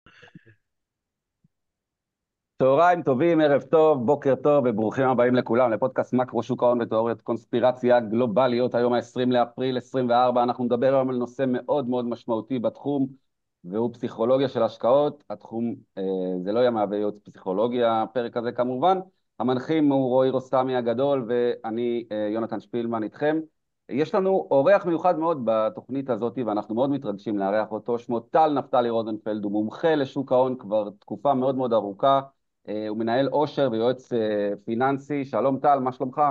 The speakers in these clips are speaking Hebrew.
צהריים טובים, ערב טוב, בוקר טוב וברוכים הבאים לכולם לפודקאסט מקרו שוק ההון ותיאוריות קונספירציה גלובליות. היום ה-20 לאפריל 24. אנחנו נדבר היום על נושא מאוד מאוד משמעותי בתחום, והוא פסיכולוגיה של השקעות. התחום זה לא מהווה ייעוץ פסיכולוגיה, הפרק הזה כמובן. המנחים הוא רועי רוסטמי הגדול ואני יונתן שפילמן איתכם. יש לנו אורח מיוחד מאוד בתוכנית הזאת ואנחנו מאוד מתרגשים לארח אותו. שמו טל נפתלי רוזנפלד, הוא מומחה לשוק ההון כבר תקופה מאוד מאוד ארוכה. הוא מנהל עושר ויועץ פיננסי. שלום טל, מה שלומך?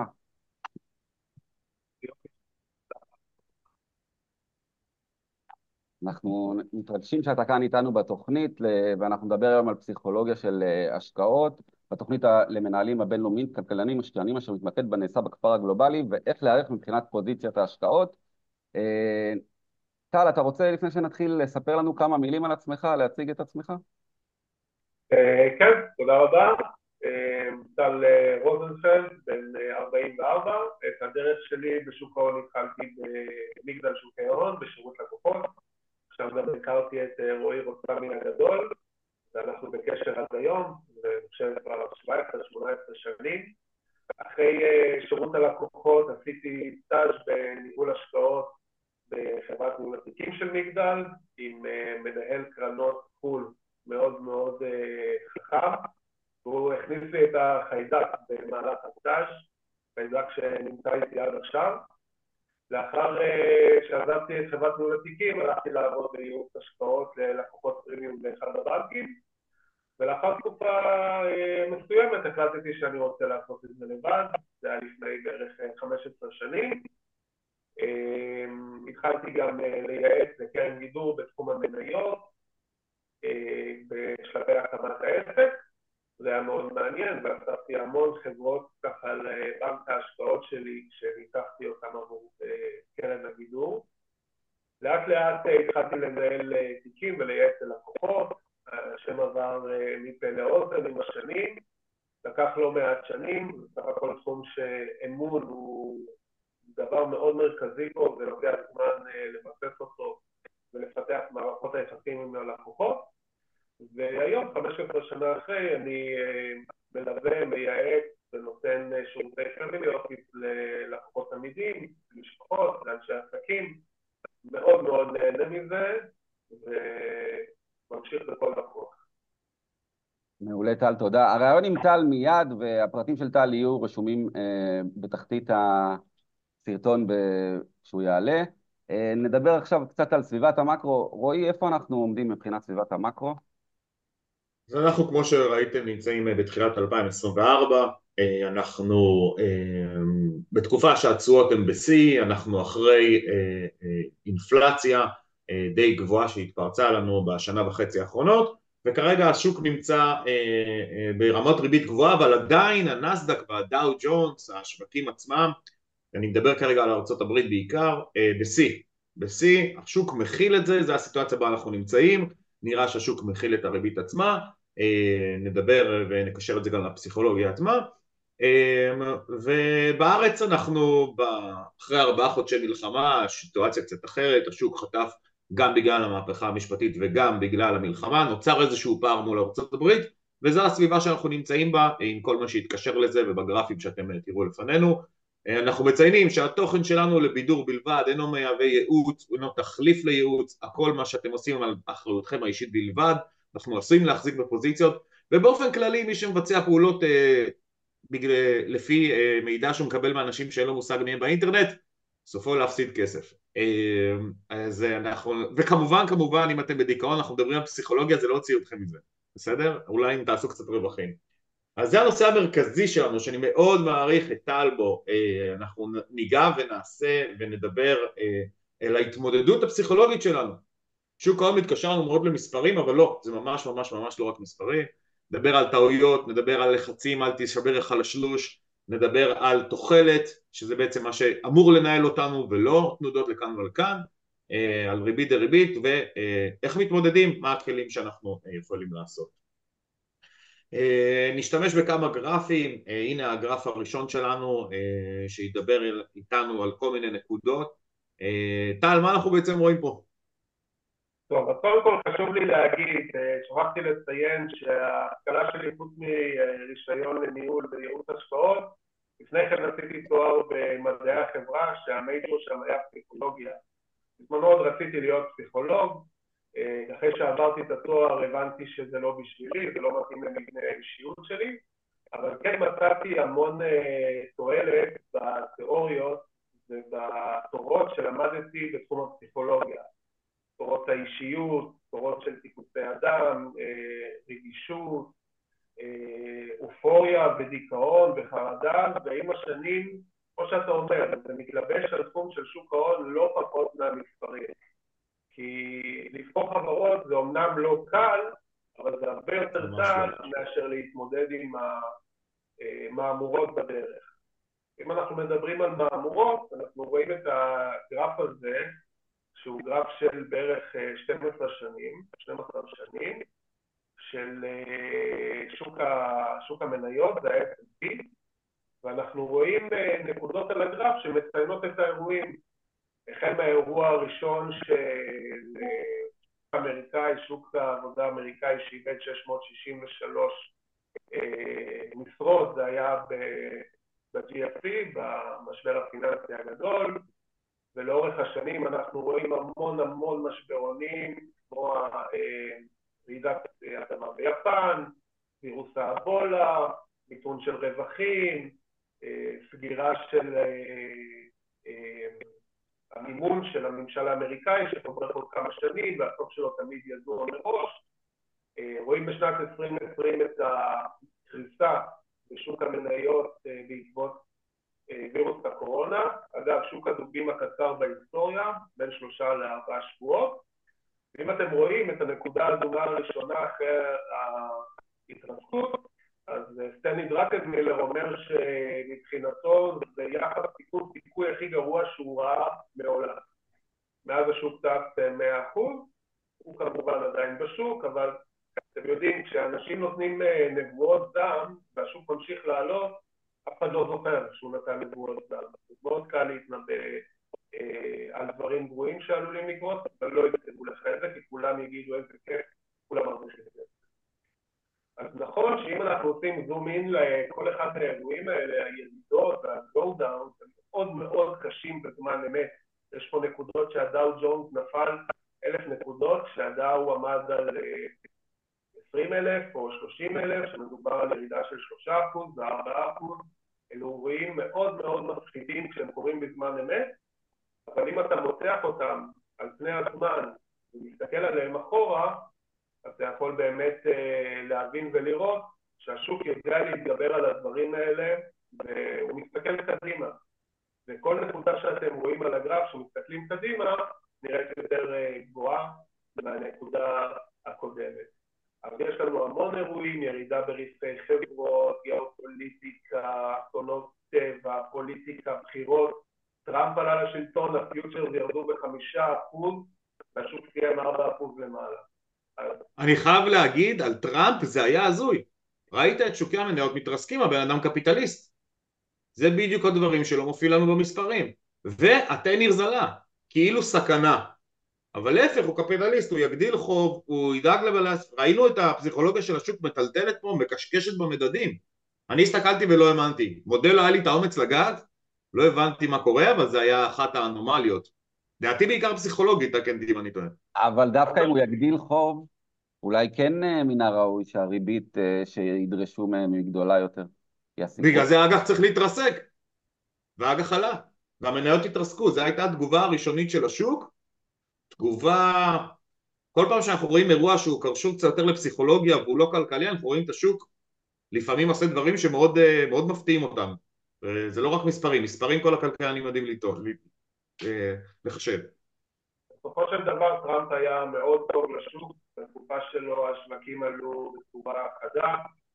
אנחנו מתרגשים שאתה כאן איתנו בתוכנית, ואנחנו נדבר היום על פסיכולוגיה של השקעות, בתוכנית למנהלים הבינלאומיים, כלכלנים משקיענים, אשר מתמקד בנעשה בכפר הגלובלי, ואיך להיערך מבחינת פוזיציית ההשקעות. אה, טל, אתה רוצה לפני שנתחיל לספר לנו כמה מילים על עצמך, להציג את עצמך? כן, תודה רבה. טל רוזנפלד, בן 44. את הדרך שלי בשוק ההון התחלתי במגדל שוקי ההון, בשירות לקוחות. עכשיו גם הכרתי את רועי רוסטמי הגדול, ואנחנו בקשר עד היום, ואני חושב כבר 17-18 שנים. אחרי שירות הלקוחות עשיתי סטאז' בניהול השקעות בחברת ניהול התיקים של מגדל, עם מנהל קרנות חו"ל מאוד מאוד חכם. והוא הכניס לי את החיידק במהלך הסטאז', חיידק שנמצא איתי עד עכשיו. לאחר שעזבתי את חברת ניהול התיקים, הלכתי לעבוד בייעוץ השקעות ללקוחות פרימיום באחד הבנקים, ולאחר תקופה מסוימת החלטתי שאני רוצה לעשות את זה לבד. זה היה לפני בערך 15 שנים. התחלתי גם לייעץ לקרן גידור בתחום המניות בשלבי הקמת העסק. זה היה מאוד מעניין, ועשיתי המון חברות ככה לבנק ההשקעות שלי כשניתחתי אותם עבור קרן הגידור. לאט לאט התחלתי לנהל תיקים ולייעץ ללקוחות. השם עבר מפה לאוזן עם השנים, לקח לא מעט שנים. בסך הכל תחום שאמון הוא דבר מאוד מרכזי פה, ולוקח זמן לבסס אותו ולפתח מערכות היחסים עם הלקוחות. והיום, 15 שנה אחרי, אני מלווה, מייעץ ונותן שירותי פמיליוס ללקוחות עמידים, למשפחות, לאנשי עסקים. מאוד מאוד נהנה מזה, וממשיך בכל הכוח. מעולה טל, תודה. הרעיון עם טל מיד, והפרטים של טל יהיו רשומים בתחתית הסרטון שהוא יעלה. נדבר עכשיו קצת על סביבת המקרו. רועי, איפה אנחנו עומדים מבחינת סביבת המקרו? אז אנחנו, כמו שראיתם, נמצאים בתחילת 2024. אנחנו בתקופה שהתשואות הן בשיא, אנחנו אחרי אינפלציה די גבוהה שהתפרצה לנו בשנה וחצי האחרונות, וכרגע השוק נמצא ברמות ריבית גבוהה, אבל עדיין הנסדק והדאו ג'ונס, השווקים עצמם, אני מדבר כרגע על ארצות הברית בעיקר, בשיא, השוק מכיל את זה, זו הסיטואציה בה אנחנו נמצאים. נראה שהשוק מכיל את הריבית עצמה, נדבר ונקשר את זה גם לפסיכולוגיה עצמה. ובארץ אנחנו אחרי 4 חודשי מלחמה, הסיטואציה קצת אחרת, השוק חטף גם בגלל המהפכה המשפטית וגם בגלל המלחמה, נוצר איזשהו פער מול ארצות הברית, וזו הסביבה שאנחנו נמצאים בה, עם כל מה שהתקשר לזה, ובגרפים שאתם תראו לפנינו. אנחנו מציינים שהתוכן שלנו לבידור בלבד, אינו מהווה ייעוץ, אינו תחליף לייעוץ, הכל מה שאתם עושים על אחריותכם האישית בלבד. אנחנו עשויים להחזיק בפוזיציות, ובאופן כללי מי שמבצע פעולות לפי מידע שהוא מקבל מאנשים שאין לו מושג מהם באינטרנט, סופו להפסיד כסף. וכמובן אם אתם בדיכאון, אנחנו מדברים על פסיכולוגיה, זה לא הוציא אתכם מזה, בסדר? אולי אם תעשו קצת רווחים. אז זה הנושא המרכזי שלנו, שאני מאוד מעריך את טל בו. אנחנו ניגע ונעשה ונדבר על ההתמודדות הפסיכולוגית שלנו. שוק ההון מתקשר לנו מאוד למספרים, אבל לא, זה ממש ממש ממש לא רק מספרים. נדבר על טעויות, נדבר על לחצים, אל תישבר לך לשלוש, נדבר על תוחלת, שזה בעצם מה שאמור לנהל אותנו, ולא תנודות לכאן ולכאן, על ריבית דריבית, ואיך מתמודדים, מה הכלים שאנחנו יכולים לעשות. נשתמש בכמה גרפים. הנה הגרף הראשון שלנו שידבר איתנו על כל מיני נקודות. טל, מה אנחנו בעצם רואים פה? טוב, אז קודם כל חשוב לי להגיד, שכחתי לציין שההשכלה שלי חוץ מרישיון לניהול וייעוץ השקעות, לפני כן עשיתי תואר במדעי החברה, שהמייג'ור שם היה פסיכולוגיה. בזמנו עוד רציתי להיות פסיכולוג, אחרי שעברתי את התואר הבנתי שזה לא בשבילי, זה לא מתאים למבנה האישיות שלי, אבל כן מצאתי המון תועלת בתיאוריות ובתורות שלמדתי בתחום הפסיכולוגיה. תורות האישיות, תורות של טיפוסי אדם, רגישות, אופוריה ודיכאון וחרדה, ועם השנים, כמו שאתה אומר, זה מתלבש על תחום של שוק ההון לא פחות מהמספרים. כי לבחור חברות זה אומנם לא קל, אבל זה הרבה יותר קל מאשר להתמודד עם המהמורות בדרך. אם אנחנו מדברים על מהמורות, אנחנו רואים את הגרף הזה, שהוא גרף של בערך 12 שנים, של שוק המניות, זה ה-S&P, ואנחנו רואים נקודות על הגרף שמציינות את האירועים. החל מהאירוע הראשון של אמריקאי, שוק העבודה האמריקאי שאיבד 663 משרות, זה היה ב-GFC, במשבר הפיננסי הגדול, ולאורך השנים אנחנו רואים המון משברונים, כמו רעידת אדמה ביפן, וירוס האבולה, מיתון של רווחים, סגירה של המימון של הממשל האמריקאי שחוזר עוד כמה שנים, והסוף שלו תמיד ידוע מראש. רואים בשנת 2020 את הקריסה בשוק המניות בעקבות וירוס הקורונה. אגב, שוק הדוגים הקצר בהיסטוריה, בין 3 ל4 שבועות. ואם אתם רואים את הנקודה האדומה הראשונה אחרי ההתרסקות, אז סטנלי דרקנמילר אומר שמבחינתו זה יחס סיכוי הכי גרוע שהוא ראה מעולם. מאז השוק טס 100%, הוא כמובן עדיין בשוק, אבל אתם יודעים, כשאנשים נותנים נבואות דם והשוק ממשיך לעלות, אף אחד לא זוכר שהוא נתן נבואות דם. זה מאוד קל להתנבא על דברים גרועים שעלולים לקרות, אבל לא יתקדמו לך את זה, כי כולם יגידו איזה כיף, כולם מרגישים את זה. אז נכון שאם אנחנו עושים זום אין לכל אחד מהאירועים האלה, הירידות והגו דאון, הם מאוד קשים בזמן אמת. יש פה נקודות שהדאו ג'ונס נפל 1,000 נקודות, כשהדאו עמד על 20,000 או 30,000, שמדובר על ירידה של 3% ו4%. אלו אירועים מאוד מפחידים כשהם קורים בזמן אמת, אבל אם אתה מותח אותם על פני הזמן ומסתכל עליהם אחורה, אז אתה יכול באמת להבין ולראות שהשוק יודע להתגבר על הדברים האלה, והוא מסתכל קדימה. וכל נקודה שאתם רואים על הגרף שמסתכלים קדימה, נראית יותר גבוהה מהנקודה הקודמת. אבל יש לנו המון אירועים, ירידה ברווחי חברות, גיאופוליטיקה, אסונות טבע, פוליטיקה, בחירות. טראמפ עלה לשלטון, הפיוטרס ירדו ב5%, והשוק סיים 4% למעלה. אני חייב להגיד, על טראמפ זה היה הזוי. ראית את שוקי המניות מתרסקים, הבן אדם קפיטליסט. זה בדיוק הדברים שלא מופיע לנו במספרים. והטניר זלה, כאילו סכנה. אבל להפך, הוא קפיטליסט, הוא יגדיל חוב, הוא ידאג לבלס. ראינו את הפסיכולוגיה של השוק מטלטלת פה, מקשקשת במדדים. אני הסתכלתי ולא האמנתי. מודל לא היה לי את האומץ לגעת, לא הבנתי מה קורה, אבל זה היה אחת האנומליות. דעתי בעיקר פסיכולוגית, תקן אם אני טועה. אבל דווקא אם הוא יגדיל חוב, אולי כן מן הראוי שהריבית שידרשו מהם היא גדולה יותר. בגלל זה האג"ח צריך להתרסק, והאג"ח עלה, והמניות התרסקו. זו הייתה התגובה הראשונית של השוק. תגובה, כל פעם שאנחנו רואים אירוע שהוא קשור קצת יותר לפסיכולוגיה והוא לא כלכלי, אנחנו רואים את השוק לפעמים עושה דברים שמאוד מאוד מפתיעים אותם. זה לא רק מספרים, מספרים כל הכלכלנים יודעים לחשב. בסופו של דבר טראמפ היה מאוד טוב לשוק, בתקופה שלו השווקים עלו בצורה חדה.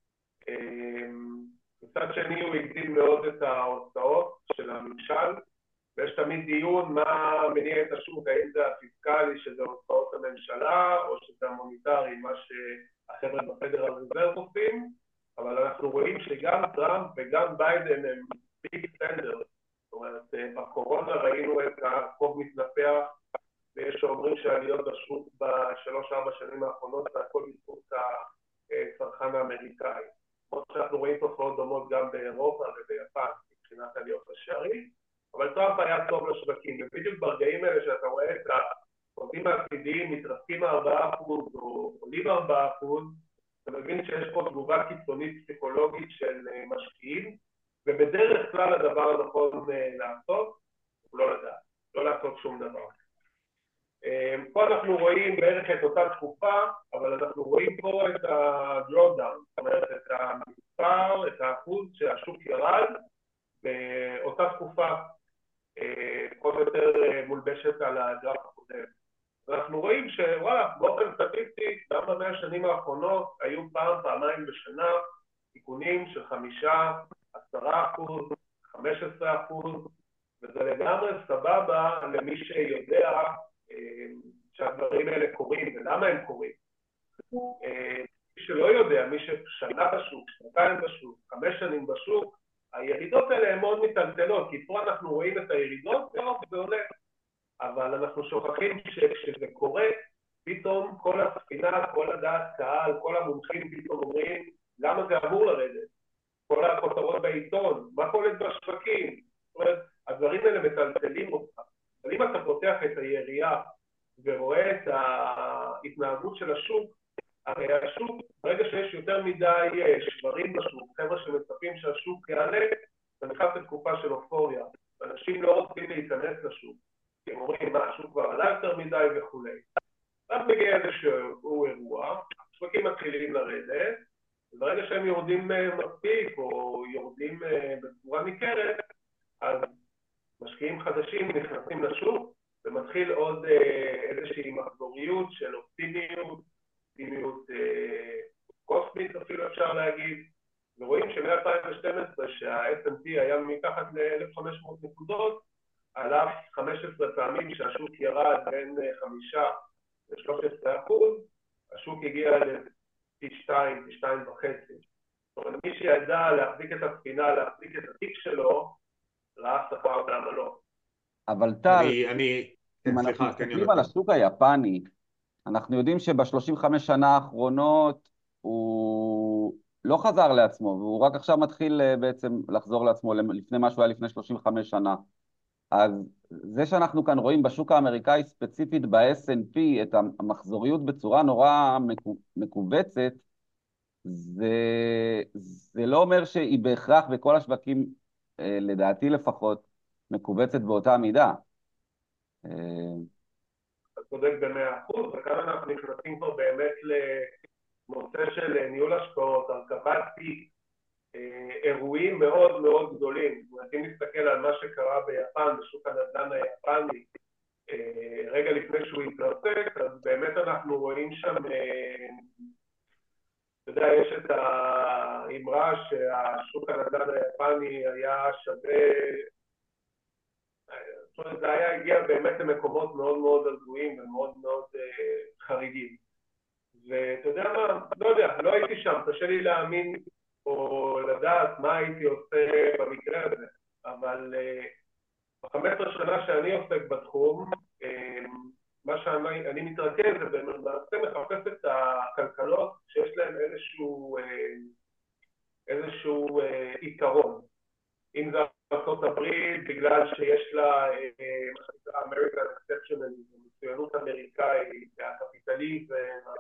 מצד שני הוא הגדיל מאוד את ההוצאות של הממשל, ויש תמיד דיון מה מניע את השוק, האם זה הפיסקלי שזה הוצאות הממשלה או שזה המוניטרי, מה שהחבר'ה בפדרל ריזרב עושים, אבל אנחנו רואים שגם טראמפ וגם ביידן הם ביג סטנדר. זאת אומרת, בקורונה ראינו את החוב מתנפח ויש שאומרים שהעליות בשוק בשלוש-ארבע שנים האחרונות זה הכל בזכות הצרכן האמריקאי. כמו שאנחנו רואים תופעות דומות גם באירופה וביפן מבחינת עליות השערים, אבל טראמפ היה טוב לשווקים, ובדיוק ברגעים האלה שאתה רואה את העובדים העתידיים מתרסקים 4% או עולים 4%, אתה מבין שיש פה תגובה קיצונית פסיכולוגית של משקיעים, ובדרך כלל הדבר הנכון לעשות הוא לא לדעת, לא לעשות שום דבר. פה אנחנו רואים בערך את אותה תקופה, אבל אנחנו רואים פה את ה-drawdown, זאת אומרת את המספר, את האחוז שהשוק ירד באותה תקופה, פחות או יותר מולבשת על הגרף הקודם. ואנחנו רואים שוואלה, באופן סטטיסטי, גם ב100 השנים האחרונות היו פעמיים בשנה תיקונים של 5%, 10%, 15%, וזה לגמרי סבבה למי שיודע שהדברים האלה קורים ולמה הם קורים. מי שלא יודע, מי ששנה בשוק, שנתיים בשוק, 5 שנים בשוק, הירידות האלה הן מאוד מטלטלות, כי פה אנחנו רואים את הירידות, זה עולה. אבל אנחנו שוכחים שכשזה קורה, פתאום כל הספינה, כל הדעת קהל, כל המומחים פתאום אומרים, למה זה אמור לרדת? כל הכותרות בעיתון, מה קורה בשווקים? זאת אומרת, הדברים האלה מטלטלים אותך. אבל אם אתה פותח את היריעה ורואה את ההתנהגות של השוק, הרי השוק, ברגע שיש יותר מדי שברים בשוק, חבר'ה שמצפים שהשוק יעלה, אתה נכנס לתקופה של אופוריה. אנשים לא רוצים להיכנס לשוק. הם אומרים, מה, השוק כבר עלה יותר מדי וכו'. אז מגיע איזשהו אירוע, השווקים מתחילים לרדת, וברגע שהם יורדים מספיק או יורדים בצורה ניכרת, אז משקיעים חדשים נכנסים לשוק, ומתחיל עוד איזושהי מחזוריות של אופטימיות קוסמית אפילו אפשר להגיד, ורואים שמ-2012 שה-S&P היה מתחת ל-1,500 נקודות, על אף 15 פעמים שהשוק ירד בין 5 ל-13%, השוק הגיע לפי 2, פי 2.5. זאת אומרת, מי שידע להחזיק את הספינה, להחזיק את התיק שלו, ראה שכר בעמלות. אבל טל, אם אנחנו סליחה, מסתכלים על השוק היפני, אנחנו יודעים שב-35 שנה האחרונות הוא לא חזר לעצמו, והוא רק עכשיו מתחיל בעצם לחזור לעצמו לפני מה שהוא היה לפני 35 שנה. אז זה שאנחנו כאן רואים בשוק האמריקאי ספציפית ב-S&P את המחזוריות בצורה נורא מקובצת, זה לא אומר שהיא בהכרח בכל השווקים, לדעתי לפחות, מקובצת באותה מידה. אתה צודק ב100%, וכאן אנחנו נכנסים פה באמת לנושא של ניהול השקעות, הרכבת תיק, אירועים מאוד מאוד גדולים. אם נסתכל על מה שקרה ביפן, בשוק הנדל"ן היפני, רגע לפני שהוא התרסק, אז באמת אנחנו רואים שם, אתה יודע, יש את האמרה שהשוק הנדל"ן היפני היה שווה, זאת אומרת, זה היה הגיע באמת למקומות מאוד מאוד הזויים ומאוד מאוד חריגים. ואתה יודע מה, לא יודע, לא הייתי שם, קשה לי להאמין או לדעת מה הייתי עושה במקרה הזה, אבל ב-15 שנה שאני עוסק בתחום, מה שאני מתרכז זה במעשה מחפש את הכלכלות שיש להן איזשהו יתרון. אם זה ארצות הברית, בגלל שיש לה מה שנקרא American Exceptionalism, מצוינות אמריקאית, הקפיטליזם,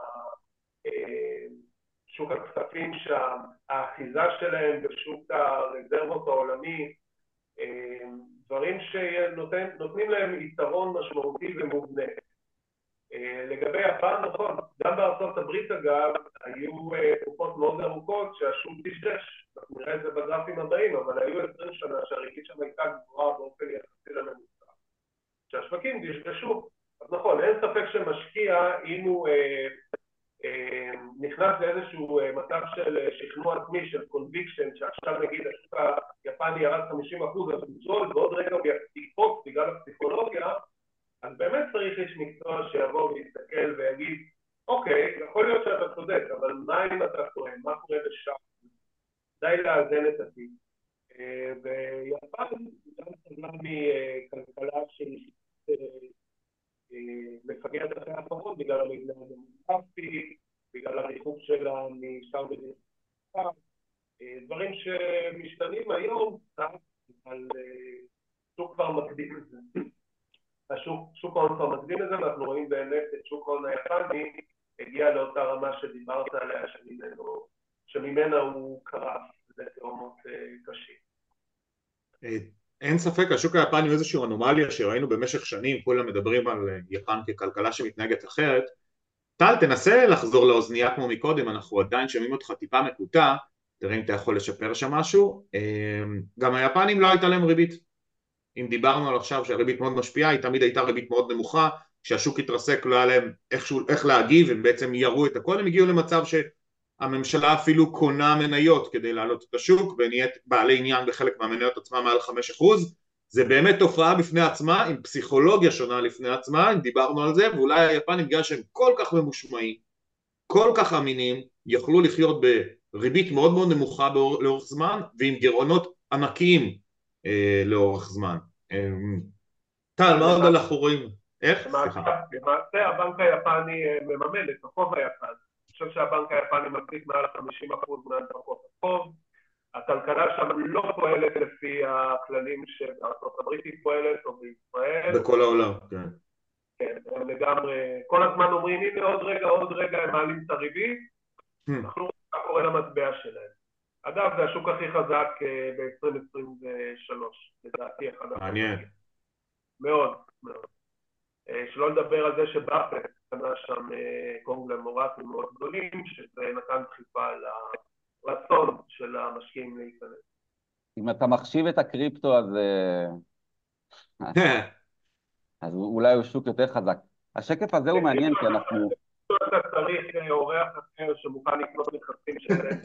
שוק הכספים שם, האחיזה שלהם בשוק הרזרבות העולמי, דברים שנותנים להם יתרון משמעותי ומובנה. לגבי יפן, נכון, גם בארצות הברית אגב, היו תקופות מאוד ארוכות שהשוק דשדש, אנחנו נראה את זה בגרפים הבאים, אבל היו 20 שנה שהריבית שם הייתה גבוהה באופן יחסי לממוצע. שהשווקים דשדשו, אז נכון, אין ספק שמשקיע, אם הוא נכנס לאיזשהו מצב של שכנוע עצמי, של קונביקשן, שעכשיו נגיד השוק היפני ירד 50%, אז הוא זול, ועוד רגע הוא יקפוץ בגלל הפסיכולוגיה, אז באמת צריך איש מקצוע שיבוא ויסתכל ויגיד, אוקיי, יכול להיות שאתה צודק, אבל מה אם אתה טועה, מה קורה בשם? די לאזן את התיק. ויפן גם סבלה מכלכלה של מפגרת אחרי האחרון בגלל המבנה הדמוגרפי, בגלל הריחוק שלה משאר מדינות, דברים שמשתנים היום קצת, אבל שוק כבר מקדים את זה. שוק ההון כבר מקדים את זה, ואנחנו רואים באמת את שוק ההון היפני הגיע לאותה רמה שדיברת עליה, שממנה הוא קרס בתאומות קשים. אין ספק, השוק היפני הוא איזושהי אנומליה שראינו במשך שנים, כולם מדברים על יפן ככלכלה שמתנהגת אחרת. טל, תנסה לחזור לאוזנייה כמו מקודם, אנחנו עדיין שומעים אותך טיפה מקוטע, תראה אם אתה יכול לשפר שם משהו. גם היפנים לא הייתה להם ריבית. אם דיברנו על עכשיו שהריבית מאוד משפיעה, היא תמיד הייתה ריבית מאוד נמוכה, כשהשוק התרסק לא היה להם איך להגיב, הם בעצם ירו את הכל, הם הגיעו למצב שהממשלה אפילו קונה מניות כדי להעלות את השוק, ונהיית בעלי עניין בחלק מהמניות עצמה מעל 5%, זה באמת תופעה בפני עצמה, עם פסיכולוגיה שונה לפני עצמה, אם דיברנו על זה, ואולי היפנים בגלל שהם כל כך ממושמעים, כל כך אמינים, יכלו לחיות בריבית מאוד מאוד נמוכה לאורך זמן, ועם גירעונות ענקיים לאורך זמן. טל, מה עוד אנחנו רואים? איך? סליחה. למעשה הבנק היפני מממן את החוב היפני. אני חושב שהבנק היפני מחזיק מעל 50% מהנפקות החוב. הכלכלה שם לא פועלת לפי הכללים שארצות הברית היא פועלת או בישראל. בכל העולם, כן. כן, הם לגמרי, כל הזמן אומרים, הנה עוד רגע הם מעלים את הריבית, אנחנו רואים מה קורה למטבע שלהם. אגב, זה השוק הכי חזק ב-2023, לדעתי אחד. מעניין. מאוד, מאוד. שלא לדבר על זה שבאפט קנה שם קונגלומרטים מאוד גדולים, שזה נתן דחיפה לרצון של המשקיעים להיכנס. אם אתה מחשיב את הקריפטו, אז אולי הוא שוק יותר חזק. השקף הזה הוא מעניין כי אנחנו... אתה צריך אורח אחר שמוכן לקנות נכסים שלהם.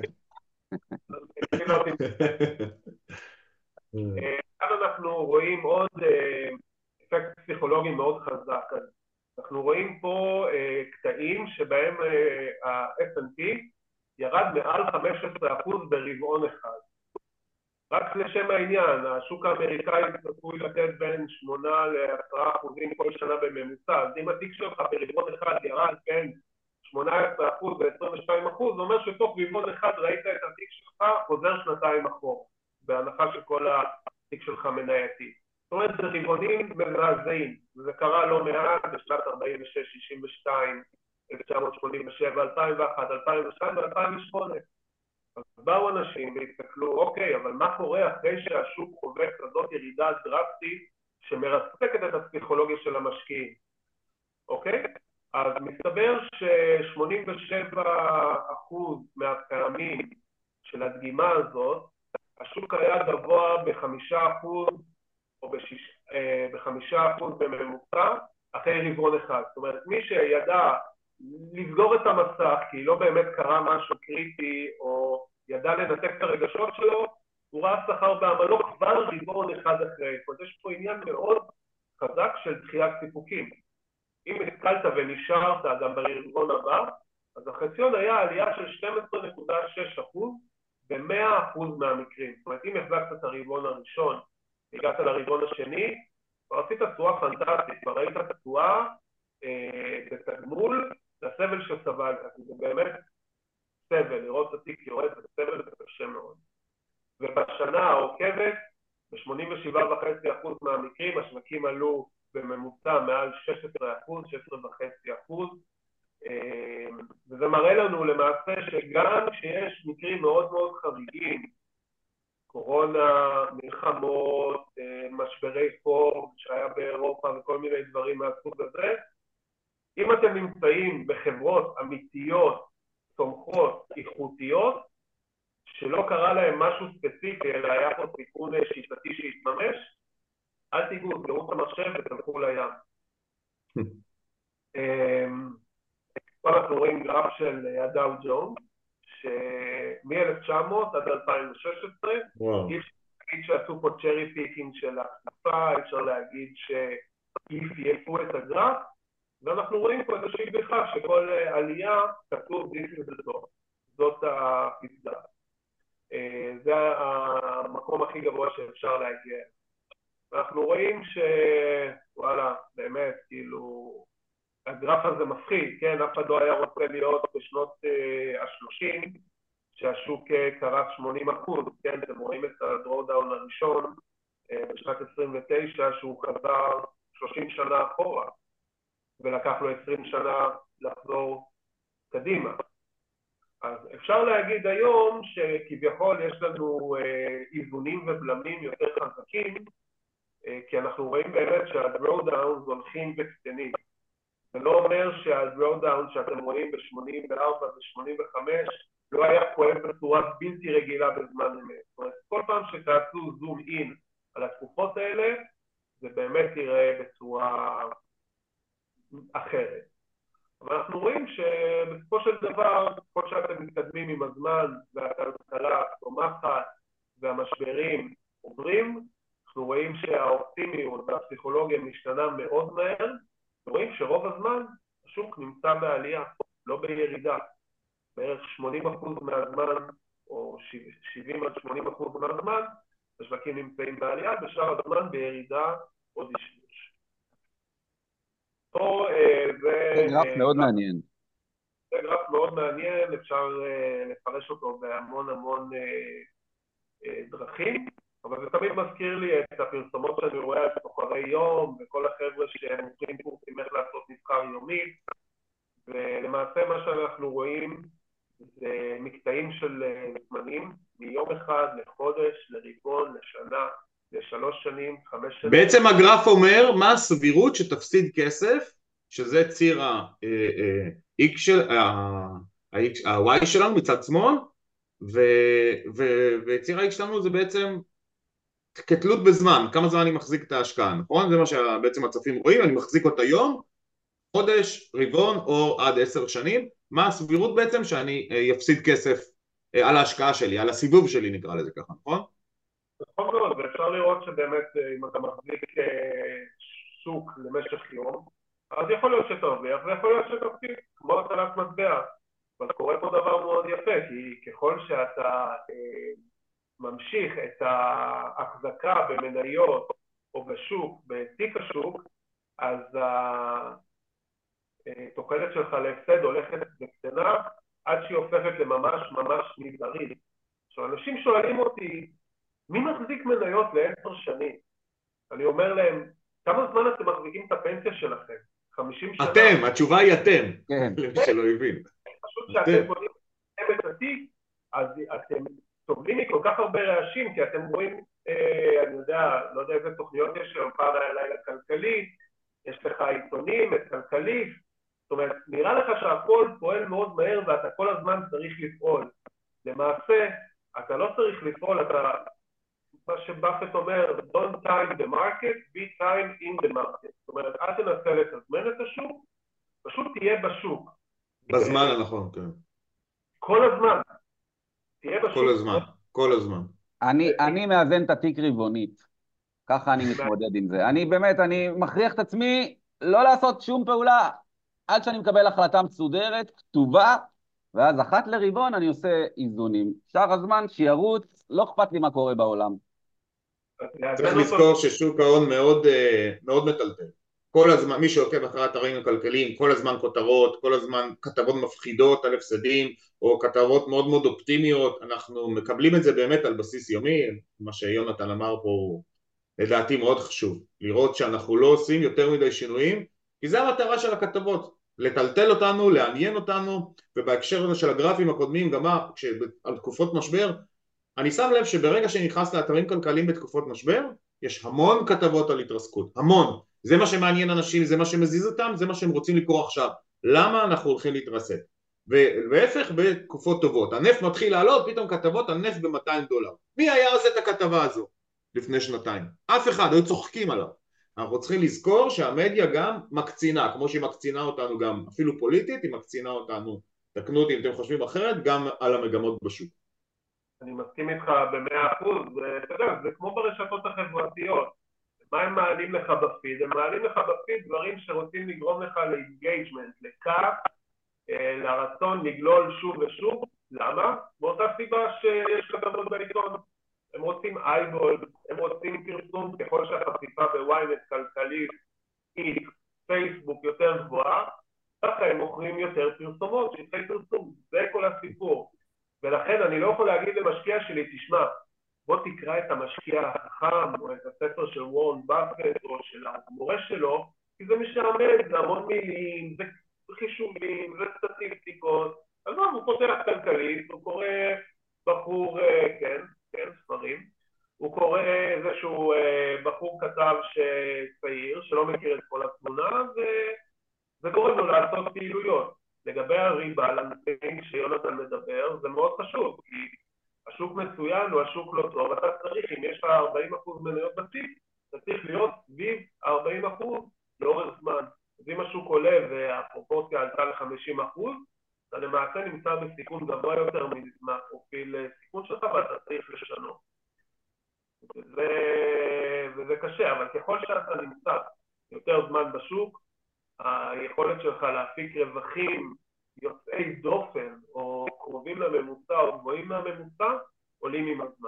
כאן אנחנו רואים עוד אפקט פסיכולוגי מאוד חזק. אנחנו רואים פה קטעים שבהם ה-S&P ירד מעל 15% ברבעון אחד. רק לשם העניין, השוק האמריקאי צפוי לתת בין 8% ל-10% כל שנה בממוצע. אז אם התיק שלך ברבעון אחד ירד בין 18% ו-22%, זה אומר שתוך רבעון אחד ראית את התיק שלך חוזר שנתיים אחורה, בהנחה שכל התיק שלך מנייתי. זאת אומרת, זה רבעונים מזעזעים, וזה קרה לא מעט בשנת 46, 62, 1987, 2001, 2002 ו-2008. אז באו אנשים והסתכלו, אוקיי, אבל מה קורה אחרי שהשוק חווה כזאת ירידה דרסטית שמרסקת את הפסיכולוגיה של המשקיעים? אוקיי? אז מסתבר ש87% מהפעמים של הדגימה הזאת, השוק היה גבוה ב5% או ב5% בממוצע אחרי רבעון אחד. זאת אומרת, מי שידע לסגור את המסך כי לא באמת קרה משהו קריטי או ידע לנתק את הרגשות שלו, הוא ראה שכר בעמלו כבר רבעון אחד אחרי. זאת אומרת, יש פה עניין מאוד חזק של דחיית סיפוקים. אם התקלת ונשארת גם ברבעון הבא, אז החציון היה עלייה של 12.6% ב-100% מהמקרים. זאת אומרת, אם החזקת את הרבעון הראשון, הגעת לרבעון השני, כבר עשית תשואה פנטסטית, כבר ראית תשואה בתגמול לסבל שסבלת. זה באמת סבל, לראות את התיק יורד בסבל זה קשה מאוד. ובשנה העוקבת, ב-87.5% מהמקרים, השווקים עלו בממוצע מעל 16%, 16.5%, וזה מראה לנו למעשה שגם כשיש מקרים מאוד מאוד חריגים, קורונה, מלחמות, משברי חוב שהיה באירופה וכל מיני דברים מהסוג הזה, אם אתם נמצאים בחברות אמיתיות, צומחות, איכותיות, שלא קרה להם משהו ספציפי, אלא היה פה סיכון שיטתי שהתממש, אל תיגעו, תראו את המחשב ותלכו לים. פה אנחנו רואים גרף של הדאו ג'ונס, שמ-1900 עד 2016, אי אפשר להגיד שעשו פה צ'רי פיקינג של הכתפה, אי אפשר להגיד שאיפייפו את הגרף, ואנחנו רואים פה איזושהי בדיחה שכל עלייה כתוב דיסי בטוב. זאת הפסגה. זה המקום הכי גבוה שאפשר להגיע. אנחנו רואים שוואלה, באמת, כאילו, הגרף הזה מפחיד, כן? אף אחד לא היה רוצה להיות בשנות ה-30, שהשוק קרס 80%, כן? אתם רואים את הדרודאון הראשון בשנת 29, שהוא חזר 30 שנה אחורה, ולקח לו 20 שנה לחזור קדימה. אז אפשר להגיד היום שכביכול יש לנו איזונים ובלמים יותר חזקים, כי אנחנו רואים באמת שהדרודאונס הולכים וקטנים. זה לא אומר שהדרודאון שאתם רואים ב-84 ו-85 לא היה כואב בצורה בלתי רגילה בזמן אמת. זאת אומרת, כל פעם שתעשו זום אין על התקופות האלה, זה באמת ייראה בצורה אחרת. אבל אנחנו רואים שבסופו של דבר, כל שאתם מתקדמים עם הזמן והכלכלה צומחת והמשברים עוברים, אנחנו רואים שהאופטימיות והפסיכולוגיה משתנה מאוד מהר, ורואים שרוב הזמן השוק נמצא בעלייה, לא בירידה. בערך 80% מהזמן, או 70-80% מהזמן, השווקים נמצאים בעלייה, בשאר הזמן בירידה או דשדוש. זה גרף מאוד מעניין. זה גרף מאוד מעניין, אפשר לפרש אותו בהמון המון דרכים, אבל זה תמיד מזכיר לי את הפרסומות שאני רואה על סוחרי יום, וכל החבר'ה שהם עושים קורסים איך לעשות מסחר יומי, ולמעשה מה שאנחנו רואים זה מקטעים של זמנים, מיום אחד לחודש, לרבעון, לשנה, ל3 שנים, 5 שנים. בעצם הגרף אומר מה הסבירות שתפסיד כסף, שזה ציר ה-X של ה-Y שלנו מצד שמאל, וציר ה-X שלנו זה בעצם כתלות בזמן, כמה זמן אני מחזיק את ההשקעה, נכון? זה מה שבעצם הצופים רואים, אני מחזיק אותה יום, חודש, רבעון או עד 10 שנים, מה הסבירות בעצם שאני יפסיד כסף על ההשקעה שלי, על הסיבוב שלי נקרא לזה ככה, נכון? נכון מאוד, ואפשר לראות שבאמת אם אתה מחזיק שוק למשך יום, אז יכול להיות שתרוויח ויכול להיות שתפסיד, כמו הטלת מטבע. אבל קורה פה דבר מאוד יפה, כי ככל שאתה ממשיך את ההחזקה במניות או בשוק, בתיק השוק, אז התוחלת שלך להפסד הולכת וקטנה עד שהיא הופכת לממש ממש מזערית. עכשיו, אנשים שואלים אותי, מי מחזיק מניות ל10 שנים? אני אומר להם, כמה זמן אתם מחזיקים את הפנסיה שלכם? 50 שנה? אתם, התשובה היא אתם, כן. למי שלא הבין. פשוט שאתם קונים את התיק, אז אתם סובלים מכל כך הרבה רעשים, כי אתם רואים, אני לא יודע איזה תוכניות יש שם, פעם היה לילה כלכלי, יש לך עיתונים, את כלכלי, זאת אומרת, נראה לך שהכל פועל מאוד מהר ואתה כל הזמן צריך לפעול. למעשה, אתה לא צריך לפעול, אתה, מה שבאפט אומר, don't time the market, be time in the market. זאת אומרת, אל תנסה לתזמן את השוק, פשוט תהיה בשוק. בזמן הנכון, כן. כל הזמן. תהיה בשוק. כל הזמן, כל הזמן. אני מאזן את התיק רבעונית. ככה אני מתמודד עם זה. אני מכריח את עצמי לא לעשות שום פעולה, עד שאני מקבל החלטה מסודרת, כתובה, ואז אחת לרבעון אני עושה איזונים. שאר הזמן שירוץ, לא אכפת לי מה קורה בעולם. צריך לזכור ששוק ההון מאוד, מאוד מטלטל. כל הזמן, מי שעוקב אחרי האתרים הכלכליים, כל הזמן כותרות, כל הזמן כתבות מפחידות על הפסדים, או כתבות מאוד מאוד אופטימיות, אנחנו מקבלים את זה באמת על בסיס יומי, מה שיונתן אמר פה, לדעתי מאוד חשוב, לראות שאנחנו לא עושים יותר מדי שינויים, כי זה המטרה של הכתבות, לטלטל אותנו, לעניין אותנו, ובהקשר הזה של הגרפים הקודמים, גם על תקופות משבר, אני שם לב שברגע שנכנס לאתרים כלכליים בתקופות משבר, יש המון כתבות על התרסקות, המון. זה מה שמעניין אנשים, זה מה שמזיז אותם, זה מה שהם רוצים לקרוא עכשיו. למה אנחנו הולכים להתרסק? והפך בתקופות טובות. הנפט מתחיל לעלות, פתאום כתבות על נפט ב$200. מי היה עושה את הכתבה הזו לפני שנתיים? אף אחד, היו צוחקים עליו. אנחנו צריכים לזכור שהמדיה גם מקצינה, כמו שהיא מקצינה אותנו גם, אפילו פוליטית, היא מקצינה אותנו, תקנו אותי אם אתם חושבים אחרת, גם על המגמות בשוק. אני מסכים איתך ב100%, זה כמו ברשתות החברתיות. מה הם מעלים לך בפיד? הם מעלים לך בפיד דברים שרוצים לגרום לך לאינגייג'מנט, לכך, לרצון לגלול שוב ושוב. למה? באותה סיבה שיש כתבות בעיתון. הם רוצים אייבול, הם רוצים פרסום, ככל שאתה ynet, כלכלית, X, פייסבוק יותר גבוהה, ככה הם מוכרים יותר פרסומות, שטחי פרסום, זה כל הסיפור. ולכן אני לא יכול להגיד למשקיע שלי, תשמע, בוא תקרא את המשקיע החכם, או את הספר של וורן באפט, או של המורה שלו, כי זה משעמד, זה המון מילים, זה חישובים, זה סטטיסטיקות. אז לא, הוא פותח כלכלית, הוא קורא בחור, כן, ספרים, הוא קורא איזשהו בחור כתב שצעיר, שלא מכיר את כל התמונה, וזה גורם לו לעשות פעילויות. לגבי הריבה, לנושאים שיונתן מדבר, זה מאוד חשוב, כי השוק מצוין או השוק לא טוב, אתה צריך, אם יש לך 40% מניות בתיק, אתה צריך להיות סביב 40% לאורך זמן. אז אם השוק עולה והפרופורציה עלתה ל-50%, אתה למעשה נמצא בסיכון גבוה יותר מהפרופיל סיכון שלך, ואתה צריך לשנות. וזה קשה, אבל ככל שאתה נמצא יותר זמן בשוק, היכולת שלך להפיק רווחים יוצאי דופן, או קרובים לממוצע, או גבוהים מהממוצע, עולים עם הזמן.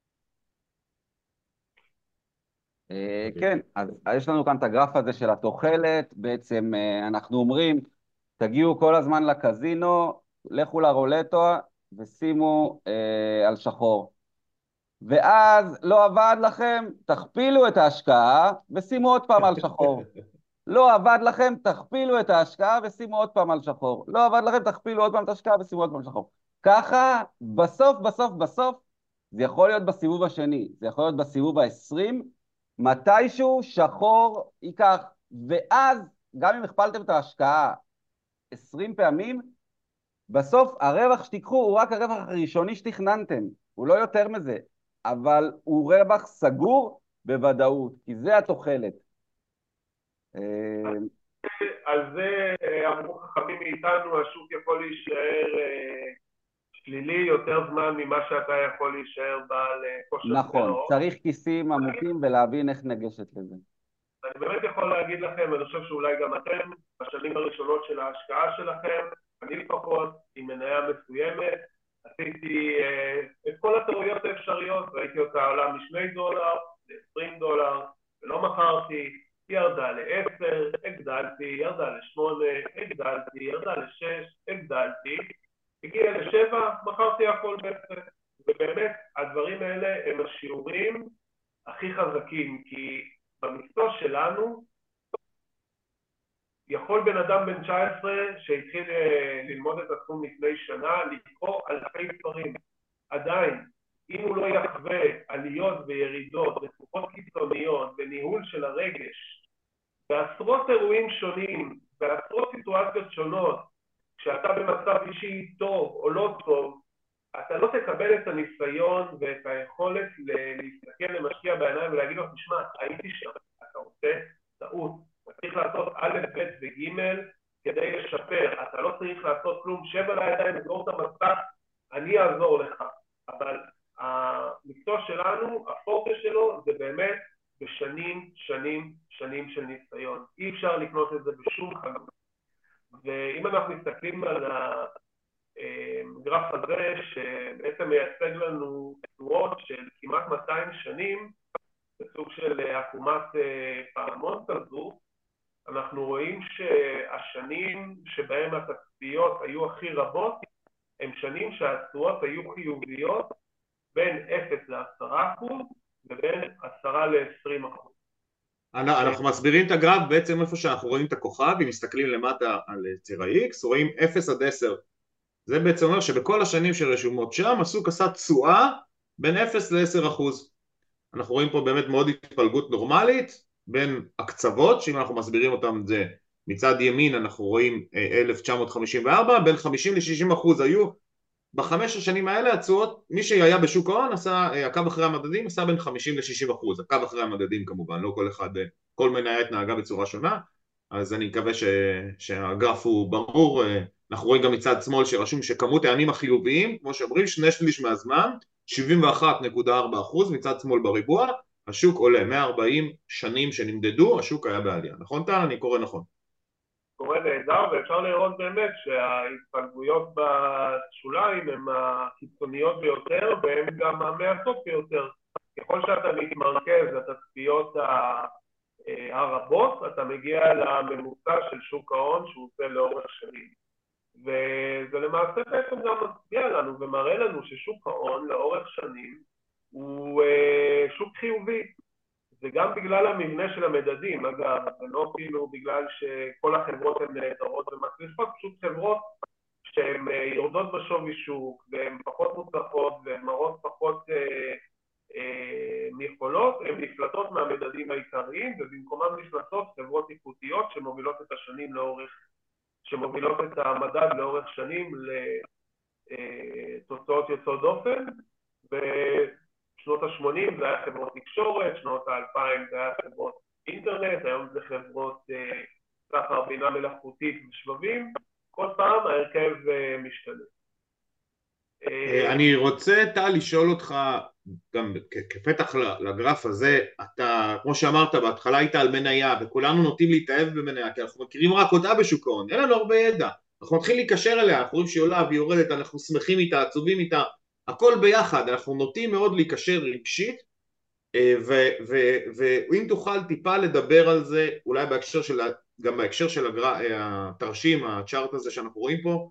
כן, אז יש לנו כאן את הגרף הזה של התוחלת, בעצם אנחנו אומרים, תגיעו כל הזמן לקזינו, לכו לרולטו ושימו על שחור. ואז לא עבד לכם, תכפילו את ההשקעה ושימו עוד פעם על שחור. לא עבד לכם, תכפילו את ההשקעה ושימו עוד פעם על שחור. לא עבד לכם, תכפילו עוד פעם את ההשקעה ושימו עוד פעם על שחור. ככה, בסוף, זה יכול להיות בסיבוב השני, זה יכול להיות בסיבוב ה-20, מתישהו שחור ייקח, ואז גם אם הכפלתם את ההשקעה 20 פעמים, בסוף הרווח שתיקחו הוא רק הרווח הראשוני שתכננתם, הוא לא יותר מזה, אבל הוא רווח סגור בוודאות, כי זה התוחלת. על זה אמרו חכמים מאיתנו, השוק יכול להישאר שלילי יותר זמן ממה שאתה יכול להישאר בעל כושר. נכון, צריך כיסים עמוקים ולהבין איך נגשת לזה. אני באמת יכול להגיד לכם, אני חושב שאולי גם אתם, בשנים הראשונות של ההשקעה שלכם, אני לפחות עם מניה מסוימת, עשיתי את כל הטעויות האפשריות, ראיתי אותה עולה $2 ל$20, ולא מכרתי, ירדה ל-10, הגדלתי, ירדה ל-8, הגדלתי, ירדה ל-6, הגדלתי, הגיע ל-7, מכרתי הכל ב-10. ובאמת, הדברים האלה הם השיעורים הכי חזקים, כי במקצוע שלנו, יכול בן אדם בן 19 שהתחיל ללמוד את התחום לפני שנה, לקרוא אלפי ספרים. עדיין, אם הוא לא יחווה עליות וירידות, בתקופות קיצוניות, בניהול של הרגש, בעשרות אירועים שונים, בעשרות סיטואציות שונות, כשאתה במצב אישי טוב או לא טוב, אתה לא תקבל את הניסיון ואת היכולת להסתכל למשקיע בעיניים ולהגיד לו, תשמע, הייתי שם, אתה עושה טעות, אתה צריך לעשות א', ב' וג' כדי לשפר, אתה לא צריך לעשות כלום, שב על הידיים, לסגור את המסך, אני אעזור לך. אבל המקצוע שלנו, הפוקוס שלו, זה באמת שנים של ניסיון. אי אפשר לקנות את זה בשום חנות. ואם אנחנו מסתכלים על הגרף הזה, שבעצם מייצג לנו תנועות של כמעט 200 שנים, בסוג של עקומת פעמון כזו, אנחנו רואים שהשנים שבהם התצפיות היו הכי רבות, הם שנים שהתנועות היו חיוביות בין 0 ל-10% ובין 10 ל-20%. אנחנו מסבירים את הגרף בעצם איפה שאנחנו רואים את הכוכב, אם מסתכלים למטה על ציר ה-X, רואים 0 עד 10. זה בעצם אומר שבכל השנים שרשומות שם, השוק עשה תשואה בין 0 ל-10%. אנחנו רואים פה באמת מאוד התפלגות נורמלית בין הקצוות, שאם אנחנו מסבירים אותם זה מצד ימין אנחנו רואים 1954, בין 50 ל-60% היו בחמש השנים האלה התשואות, מי שהיה בשוק ההון עשה, עקב אחרי המדדים עשה בין 50 ל-60%, עקב אחרי המדדים כמובן, לא כל אחד, כל מניה התנהגה בצורה שונה, אז אני מקווה שהגרף הוא ברור. אנחנו רואים גם מצד שמאל שרשום שכמות הענים החיוביים, כמו שאומרים, 2/3 מהזמן, 71.4%, מצד שמאל בריבוע, השוק עולה, 140 שנים שנמדדו, השוק היה בעלייה. נכון טל? אני קורא נכון. קורא נהדר, ואפשר לראות באמת שההתפלגויות בשוליים הן הקיצוניות ביותר, והן גם המעטות ביותר. ככל שאתה מתמרכז, התצפיות הרבות, אתה מגיע לממוצע של שוק ההון שהוא עושה לאורך שנים. וזה למעשה בעצם גם מצביע לנו ומראה לנו ששוק ההון לאורך שנים הוא שוק חיובי. זה גם בגלל המבנה של המדדים, אגב, זה לא כאילו בגלל שכל החברות הן נהדרות ומצליחות, פשוט חברות שהן יורדות בשווי שוק והן פחות מוצלחות והן מראות פחות מיכולות, הן נפלטות מהמדדים העיקריים ובמקומם נפלטות חברות איכותיות שמובילות את השנים שמובילות את המדד לאורך שנים לתוצאות יוצאות דופן. בשנות ה-80 זה היה חברות תקשורת, שנות ה-2000 זה היה חברות אינטרנט, היום זה חברות סחר בינה מלאכותית ושבבים, כל פעם ההרכב משתנה. אני רוצה, טל, לשאול אותך, גם כפתח לגרף הזה, אתה, כמו שאמרת, בהתחלה היית על מניה, וכולנו נוטים להתאהב במניה, כי אנחנו מכירים רק אותה בשוק ההון, אין לנו הרבה ידע, אנחנו מתחילים להיקשר אליה, אנחנו רואים שהיא עולה והיא יורדת, אנחנו שמחים איתה, עצובים איתה, הכל ביחד, אנחנו נוטים מאוד להיקשר רגשית, ואם תוכל טיפה לדבר על זה, אולי בהקשר של, גם בהקשר של התרשים, הצ'ארט הזה שאנחנו רואים פה,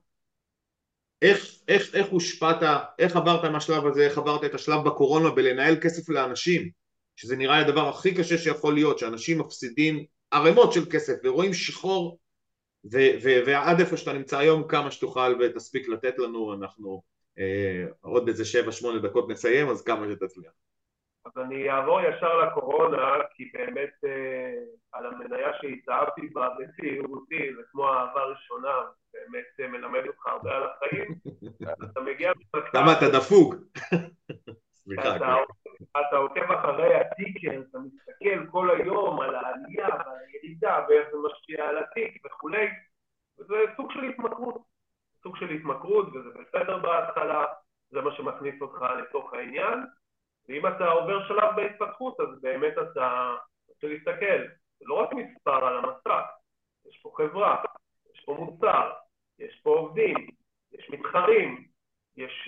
איך הושפעת, איך עברת מהשלב הזה, איך עברת את השלב בקורונה בלנהל כסף לאנשים, שזה נראה לי הדבר הכי קשה שיכול להיות, שאנשים מפסידים ערימות של כסף ורואים שחור, ועד איפה שאתה נמצא היום, כמה שתוכל ותספיק לתת לנו, אנחנו עוד איזה 7-8 דקות נסיים, אז כמה שתצליח. אז אני אעבור ישר לקורונה, כי באמת על המניה שהתאהבתי בה בצעירותי, זה כמו האהבה הראשונה, באמת מלמד אותך הרבה על החיים. אתה מגיע במצב... כמה אתה דפוק. סליחה. אתה עוקב אחרי הטיקר, אתה מסתכל כל היום על העלייה ועל הירידה, ואיך זה משפיע על הטיק וכולי, וזה סוג של התמכרות. סוג של התמכרות, וזה בסדר בהתחלה, זה מה שמכניס אותך לתוך העניין. ואם אתה עובר שלב בהתפתחות, אז באמת אתה רוצה להסתכל, זה לא רק מספר על המסך, יש פה חברה, יש פה מוצר, יש פה עובדים, יש מתחרים, יש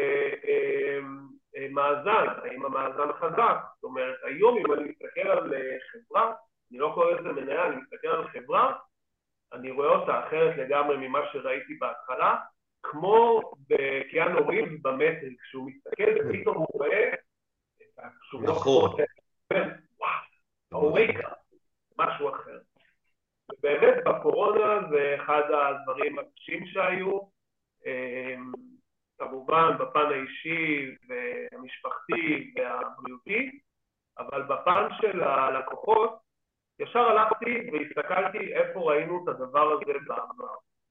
מאזן, האם המאזן חזק, זאת אומרת, היום אם אני מסתכל על חברה, אני לא קורא לזה מניה, אני מסתכל על חברה, אני רואה אותה אחרת לגמרי ממה שראיתי בהתחלה, כמו בקיאנו ריבס במטריקס, כשהוא מסתכל ופתאום הוא רואה נכון. אוריקה, משהו אחר. ובאמת בקורונה זה אחד הדברים הקשים שהיו, כמובן בפן האישי והמשפחתי והבריאותי, אבל בפן של הלקוחות, ישר הלכתי והסתכלתי איפה ראינו את הדבר הזה בעבר.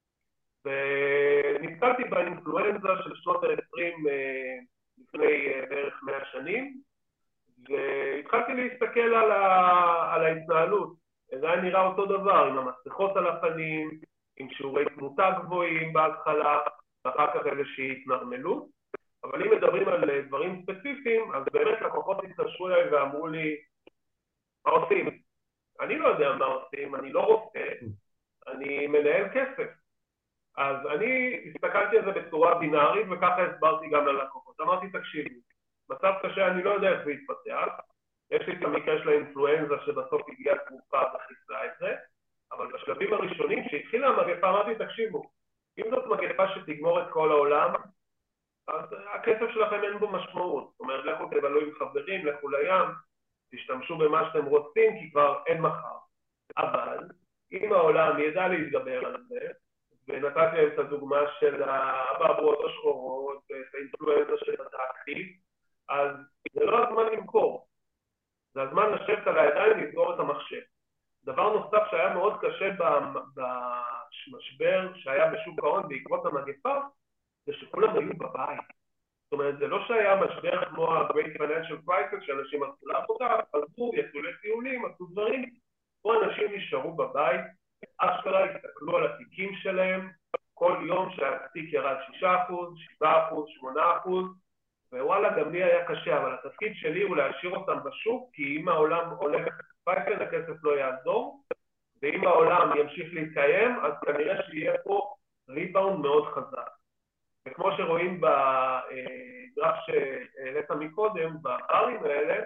ונתקלתי באינפלואנזה של שנות ה-20 לפני בערך 100 שנים, והתחלתי להסתכל על ההתנהלות. זה היה נראה אותו דבר, עם המסכות על הפנים, עם שיעורי תמותה גבוהים בהתחלה, ואחר כך איזושהי התנרמלות. אבל אם מדברים על דברים ספציפיים, אז באמת לקוחות התקשרו אליי ואמרו לי, מה עושים? אני לא יודע מה עושים, אני לא רופא, אני מנהל כסף. אז אני הסתכלתי על זה בצורה בינארית, וככה הסברתי גם ללקוחות. אמרתי, תקשיבי, מצב קשה, אני לא יודע איך זה יתפתח, יש לי את המקרה של האינפלואנזה שבסוף הגיעה תרופה וחיסלה את זה, אבל בשלבים הראשונים שהתחילה המגפה, אמרתי, תקשיבו, אם זאת מגפה שתגמור את כל העולם, אז הכסף שלכם אין בו משמעות. זאת אומרת, לכו תבלו עם חברים, לכו לים, תשתמשו במה שאתם רוצים, כי כבר אין מחר. אבל אם העולם ידע להתגבר על זה, ונתתי להם את הדוגמה של הבעבועות השחורות, ואת האינפלואנזה שבדקתי, אז זה לא הזמן למכור. זה הזמן לשבת על הידיים לסגור את המחשב. דבר נוסף שהיה מאוד קשה במשבר שהיה בשוק ההון בעקבות המגפה, זה שכולם היו בבית. זאת אומרת, זה לא שהיה משבר כמו ה-Great Financial Crisis, שאנשים עשו לעבודה, עזבו, יצאו לטיולים, עשו דברים. פה אנשים נשארו בבית, אשכרה הסתכלו על התיקים שלהם, כל יום שהתיק ירד 6%, 7%, 8%, ווואלה, גם לי היה קשה, אבל התפקיד שלי הוא להשאיר אותם בשוק, כי אם העולם הולך פייפן, הכסף לא יעזור, ואם העולם ימשיך להתקיים, אז כנראה שיהיה פה ריבאונד מאוד חזק. וכמו שרואים בגרף שהעלית מקודם, בברים האלה,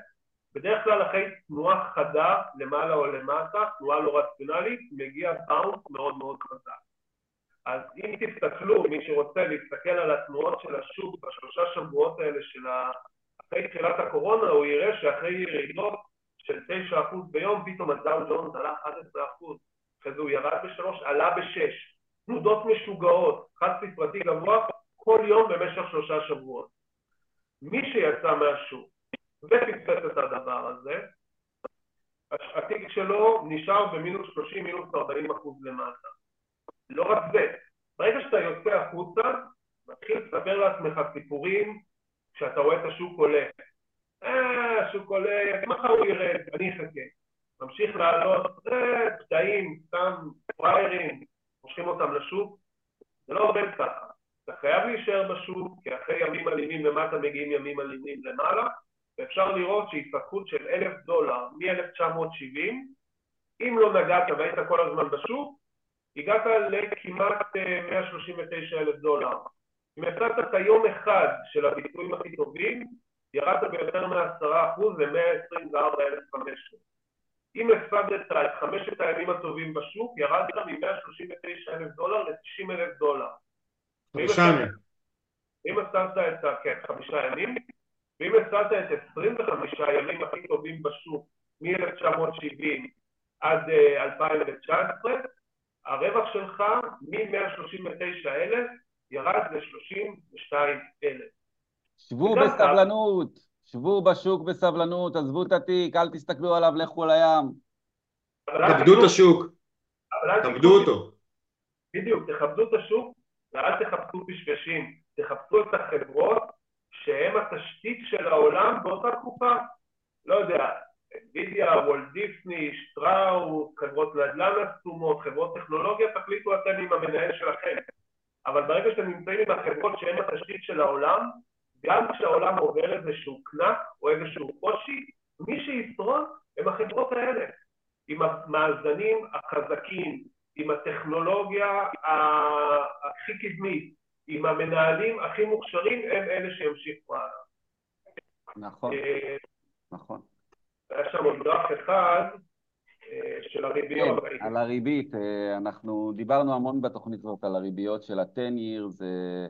בדרך כלל אחרי תנועה חדה למעלה או למטה, תנועה לא רציונלית, מגיע באונס מאוד מאוד חזק. אז אם תסתכלו, מי שרוצה להסתכל על התנועות של השוק בשלושה שבועות האלה אחרי תחילת הקורונה, הוא יראה שאחרי ירידות של 9% ביום, פתאום הדאו ג'ונס עלה 11%, אחרי זה הוא ירד ב3, עלה ב6, תנודות משוגעות, חד ספרתי גבוה, כל יום במשך 3 שבועות. מי שיצא מהשוק ופספס את הדבר הזה, התיק שלו נשאר במינוס 30, מינוס 40% למטה. לא רק זה, ברגע שאתה יוצא החוצה, מתחיל לספר לעצמך סיפורים כשאתה רואה את השוק עולה. השוק עולה, מחר הוא ירד, אני אחכה. ממשיך לעלות, פתאים, סתם פריירים, מושכים אותם לשוק. זה לא עובד ככה. אתה חייב להישאר בשוק, כי אחרי ימים אלימים למטה מגיעים ימים אלימים למעלה, ואפשר לראות שהתפתחות של $1,000 מ-1970, אם לא נגעת והיית כל הזמן בשוק, הגעת לכמעט $139,000. אם הפסדת את היום אחד של הביצועים הכי טובים, ירדת ביותר מ10% ל-124,500. אם הפסדת את 5 הימים הטובים בשוק, ירדת מ-$139,000 ל-$90,000. 5 ימים. אם הפסדת את 5 ימים, ואם הפסדת את 25 הימים הכי טובים בשוק, מ-1970 עד 2019, הרווח שלך מ-139,000 ירד ל-32,000. שבו בסבלנות, שבו בשוק בסבלנות, עזבו את התיק, אל תסתכלו עליו, לכו לים. תכבדו את השוק, תכבדו אותו. בדיוק, תכבדו את השוק, ואל תחפשו פשפשים, תחפשו את החברות שהן התשתית של העולם באותה תקופה. לא יודע, וידיה, וולט דיסני, שטראוס, חברות נדל"ן עצומות, חברות טכנולוגיה, תחליטו אתם עם המנהל שלכם. אבל ברגע שאתם נמצאים עם החברות שהן התשתית של העולם, גם כשהעולם עובר איזשהו קנק או איזשהו קושי, מי שישרוד הם החברות האלה. עם המאזנים החזקים, עם הטכנולוגיה הכי קדמית, עם המנהלים הכי מוכשרים, הם אלה שימשיכו הלאה. נכון, נכון. היה שם עוד גרף אחד של הריביות. כן, על הריבית, אנחנו דיברנו המון בתוכנית הזאת על הריביות של ה-10 years,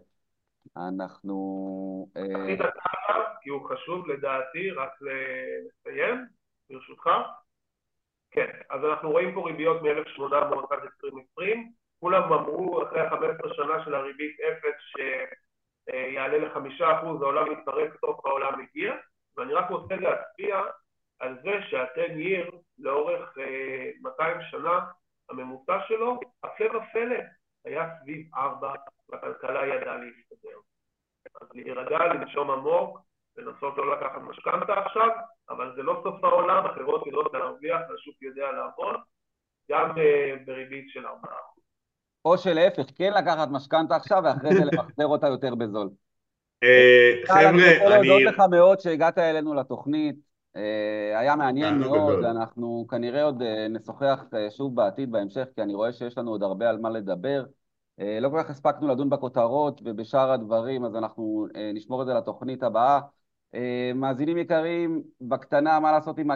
אנחנו... תכנית התחלה, כי הוא חשוב לדעתי, רק לסיים, ברשותך. כן, אז אנחנו רואים פה ריביות מ-1800 עד 2020, כולם אמרו אחרי 15 שנה של הריבית 0 שיעלה ל5%, העולם יתפרק, סוף העולם הגיע, ואני רק רוצה להצביע על זה שה-10 year לאורך 200 שנה, הממוצע שלו, הפלא ופלא, היה סביב 4, והכלכלה ידעה להסתדר. אז להירגע, לנשום עמוק, לנסות לא לקחת משכנתה עכשיו, אבל זה לא סוף העולם, החברות יודעות להרוויח, השוק יודע לעבוד, גם בריבית של 4%. או שלהפך, כן לקחת משכנתה עכשיו, ואחרי זה למחזר אותה יותר בזול. חבר'ה, אני רוצה להודות לך מאוד שהגעת אלינו לתוכנית, היה מעניין מאוד, אנחנו כנראה עוד נשוחח שוב בעתיד בהמשך, כי אני רואה שיש לנו עוד הרבה על מה לדבר. לא כל כך הספקנו לדון בכותרות ובשאר הדברים, אז אנחנו נשמור את זה לתוכנית הבאה. מאזינים יקרים, בקטנה, מה לעשות עם